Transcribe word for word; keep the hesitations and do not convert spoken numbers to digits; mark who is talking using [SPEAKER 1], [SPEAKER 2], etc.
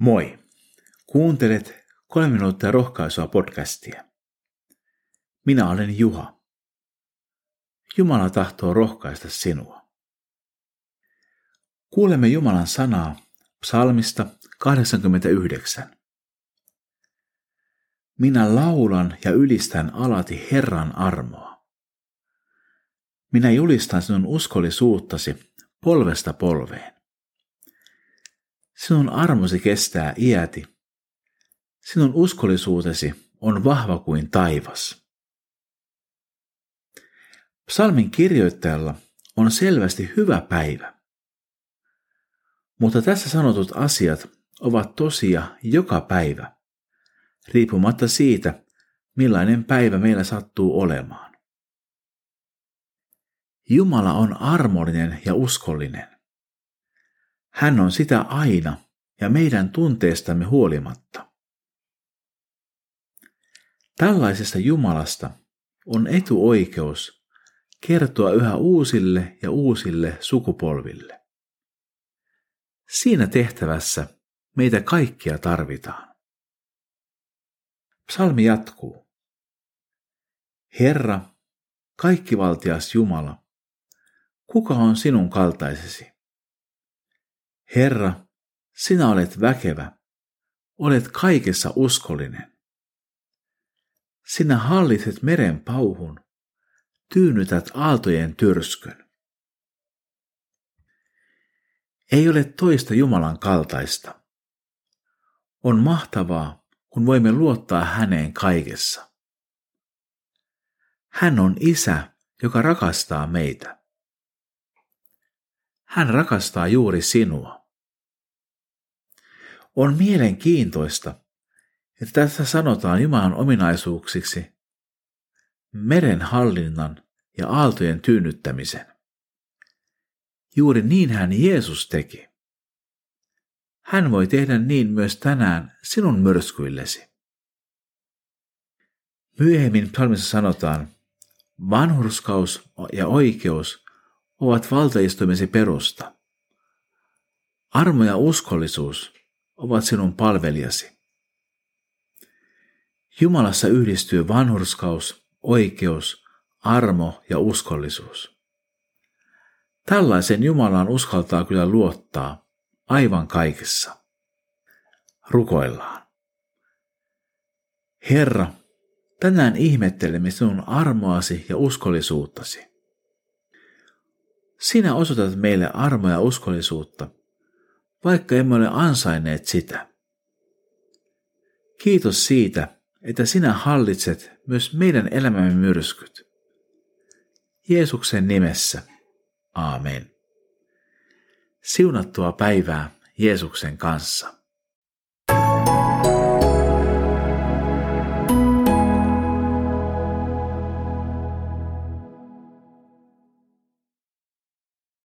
[SPEAKER 1] Moi! Kuuntelet kolme minuuttia rohkaisua podcastia. Minä olen Juha. Jumala tahtoo rohkaista sinua. Kuulemme Jumalan sanaa psalmista kahdeksankymmentäyhdeksän. Minä laulan ja ylistän alati Herran armoa. Minä julistan sinun uskollisuuttasi polvesta polveen. Sinun armosi kestää iäti. Sinun uskollisuutesi on vahva kuin taivas. Psalmin kirjoittajalla on selvästi hyvä päivä. Mutta tässä sanotut asiat ovat tosia joka päivä, riippumatta siitä, millainen päivä meillä sattuu olemaan. Jumala on armollinen ja uskollinen. Hän on sitä aina ja meidän tunteestamme huolimatta. Tällaisesta Jumalasta on etuoikeus kertoa yhä uusille ja uusille sukupolville. Siinä tehtävässä meitä kaikkia tarvitaan. Psalmi jatkuu. Herra, kaikkivaltias Jumala, kuka on sinun kaltaisesi? Herra, sinä olet väkevä, olet kaikessa uskollinen. Sinä hallitset meren pauhun, tyynnytät aaltojen tyrskyn. Ei ole toista Jumalan kaltaista. On mahtavaa, kun voimme luottaa häneen kaikessa. Hän on Isä, joka rakastaa meitä. Hän rakastaa juuri sinua. On mielenkiintoista, että tässä sanotaan Jumalan ominaisuuksiksi meren hallinnan ja aaltojen tyynnyttämisen. Juuri niin hän Jeesus teki. Hän voi tehdä niin myös tänään sinun myrskyillesi. Myöhemmin psalmissa sanotaan, vanhurskaus ja oikeus ovat valtaistuimesi perusta. Armo ja uskollisuus ovat sinun palvelijasi. Jumalassa yhdistyy vanhurskaus, oikeus, armo ja uskollisuus. Tällaisen Jumalaan uskaltaa kyllä luottaa aivan kaikessa. Rukoillaan. Herra, tänään ihmettelemme sinun armoasi ja uskollisuuttasi. Sinä osoitat meille armoa ja uskollisuutta, vaikka emme ole ansainneet sitä. Kiitos siitä, että sinä hallitset myös meidän elämämme myrskyt. Jeesuksen nimessä. Aamen. Siunattua päivää Jeesuksen kanssa.